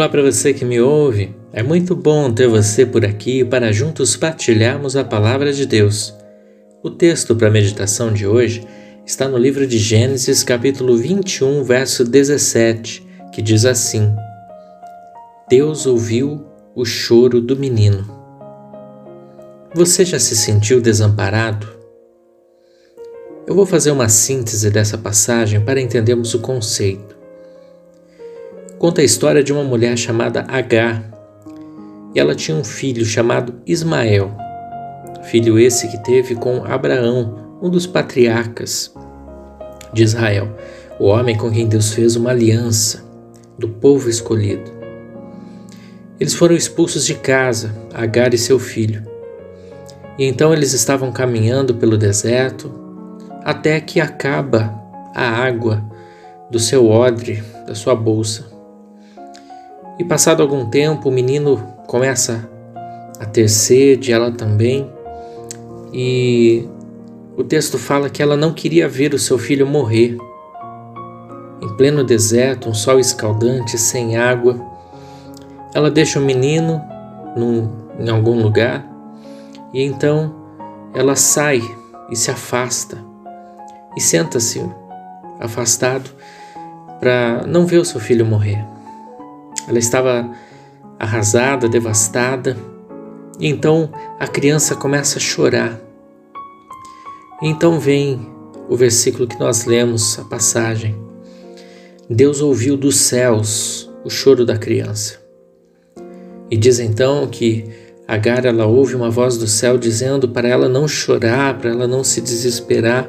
Olá para você que me ouve. É muito bom ter você por aqui para juntos partilharmos a palavra de Deus. O texto para a meditação de hoje está no livro de Gênesis, capítulo 21, verso 17, que diz assim: Deus ouviu o choro do menino. Você já se sentiu desamparado? Eu vou fazer uma síntese dessa passagem para entendermos o conceito. Conta a história de uma mulher chamada Agar, e ela tinha um filho chamado Ismael, filho esse que teve com Abraão, um dos patriarcas de Israel, o homem com quem Deus fez uma aliança, do povo escolhido. Eles foram expulsos de casa, Agar e seu filho, e então eles estavam caminhando pelo deserto, até que acaba a água do seu odre, da sua bolsa. E passado algum tempo, o menino começa a ter sede, ela também, e o texto fala que ela não queria ver o seu filho morrer. Em pleno deserto, um sol escaldante, sem água, ela deixa o menino em algum lugar, e então ela sai e se afasta, e senta-se afastado para não ver o seu filho morrer. Ela estava arrasada, devastada, e então a criança começa a chorar. E então vem o versículo que nós lemos, a passagem. Deus ouviu dos céus o choro da criança. E diz então que Agar, ela ouve uma voz do céu dizendo para ela não chorar, para ela não se desesperar,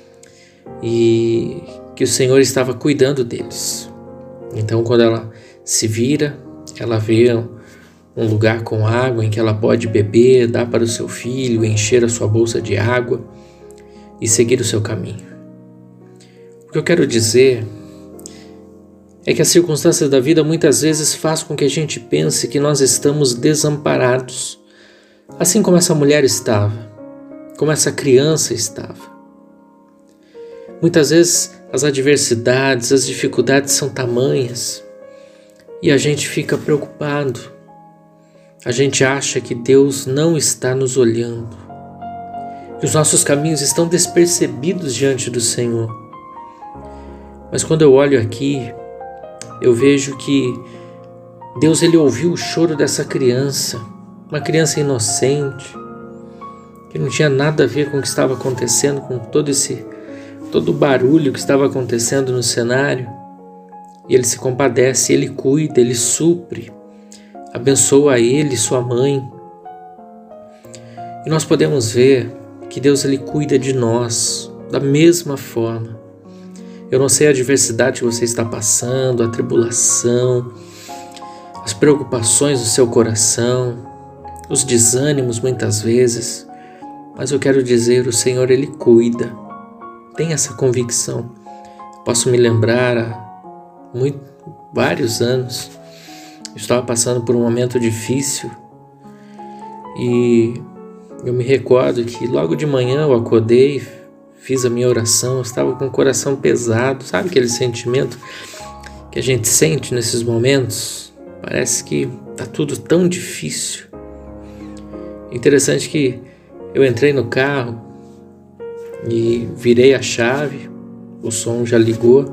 e que o Senhor estava cuidando deles. Então, quando ela se vira, ela vê um lugar com água em que ela pode beber, dar para o seu filho, encher a sua bolsa de água e seguir o seu caminho. O que eu quero dizer é que as circunstâncias da vida muitas vezes fazem com que a gente pense que nós estamos desamparados, assim como essa mulher estava, como essa criança estava. Muitas vezes as adversidades, as dificuldades são tamanhas e a gente fica preocupado. A gente acha que Deus não está nos olhando, que os nossos caminhos estão despercebidos diante do Senhor. Mas quando eu olho aqui, eu vejo que Deus, ele ouviu o choro dessa criança, uma criança inocente, que não tinha nada a ver com o que estava acontecendo, com todo o barulho que estava acontecendo no cenário. E ele se compadece, ele cuida, ele supre, abençoa ele, sua mãe. E nós podemos ver que Deus, ele cuida de nós da mesma forma. Eu não sei a adversidade que você está passando, a tribulação, as preocupações do seu coração, os desânimos muitas vezes, mas eu quero dizer, o Senhor, ele cuida. Tem essa convicção. Posso me lembrar há vários anos, eu estava passando por um momento difícil e eu me recordo que logo de manhã eu acordei, fiz a minha oração, eu estava com o coração pesado, sabe aquele sentimento que a gente sente nesses momentos? Parece que está tudo tão difícil. Interessante que eu entrei no carro e virei a chave, o som já ligou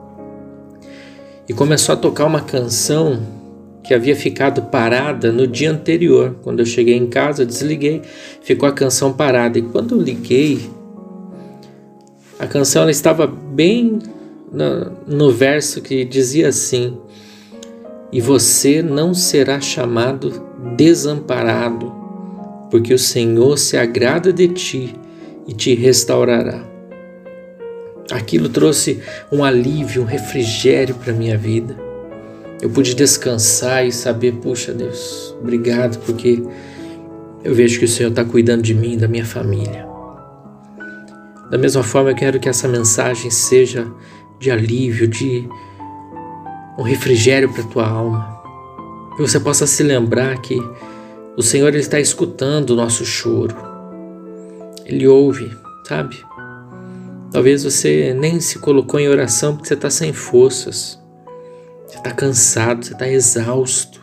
e começou a tocar uma canção que havia ficado parada no dia anterior. Quando eu cheguei em casa, desliguei, ficou a canção parada. E quando eu liguei, a canção ela estava bem no verso que dizia assim: e você não será chamado desamparado, porque o Senhor se agrada de ti e te restaurará. Aquilo trouxe um alívio, um refrigério para a minha vida. Eu pude descansar e saber, puxa Deus, obrigado, porque eu vejo que o Senhor está cuidando de mim e da minha família. Da mesma forma, eu quero que essa mensagem seja de alívio, de um refrigério para a tua alma. Que você possa se lembrar que o Senhor, ele está escutando o nosso choro. Ele ouve, sabe? Talvez você nem se colocou em oração porque você está sem forças. Você está cansado, você está exausto.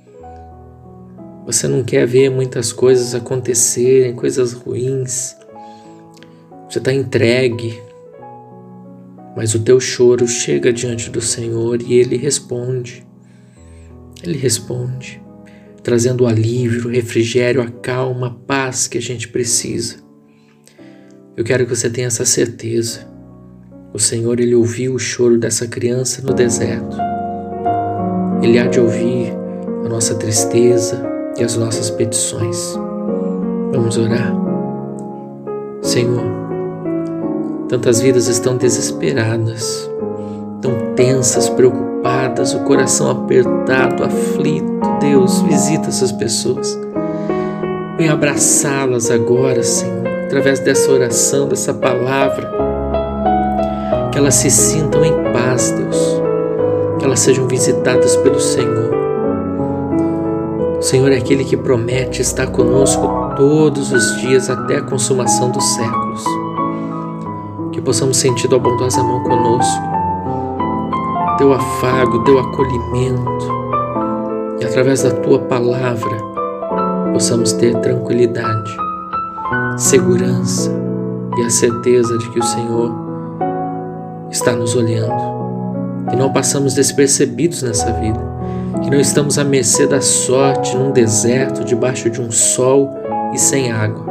Você não quer ver muitas coisas acontecerem, coisas ruins. Você está entregue. Mas o teu choro chega diante do Senhor e Ele responde. Ele responde, trazendo o alívio, o refrigério, a calma, a paz que a gente precisa. Eu quero que você tenha essa certeza. O Senhor, Ele ouviu o choro dessa criança no deserto. Ele há de ouvir a nossa tristeza e as nossas petições. Vamos orar. Senhor, tantas vidas estão desesperadas, tão tensas, preocupadas, o coração apertado, aflito. Deus, visita essas pessoas. Vem abraçá-las agora, Senhor, através dessa oração, dessa palavra. Que elas se sintam em paz, Deus. Que elas sejam visitadas pelo Senhor. O Senhor é aquele que promete estar conosco todos os dias até a consumação dos séculos. Que possamos sentir tua bondosa mão conosco, teu afago, teu acolhimento, e através da tua palavra possamos ter tranquilidade, segurança e a certeza de que o Senhor está nos olhando, que não passamos despercebidos nessa vida, que não estamos à mercê da sorte num deserto, debaixo de um sol e sem água.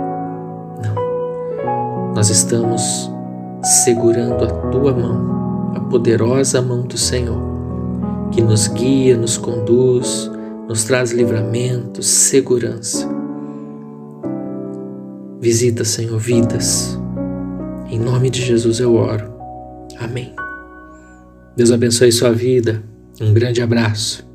Não, nós estamos segurando a tua mão, a poderosa mão do Senhor, que nos guia, nos conduz, nos traz livramento, segurança. Visita, Senhor, vidas. Em nome de Jesus eu oro. Amém. Deus abençoe sua vida. Um grande abraço.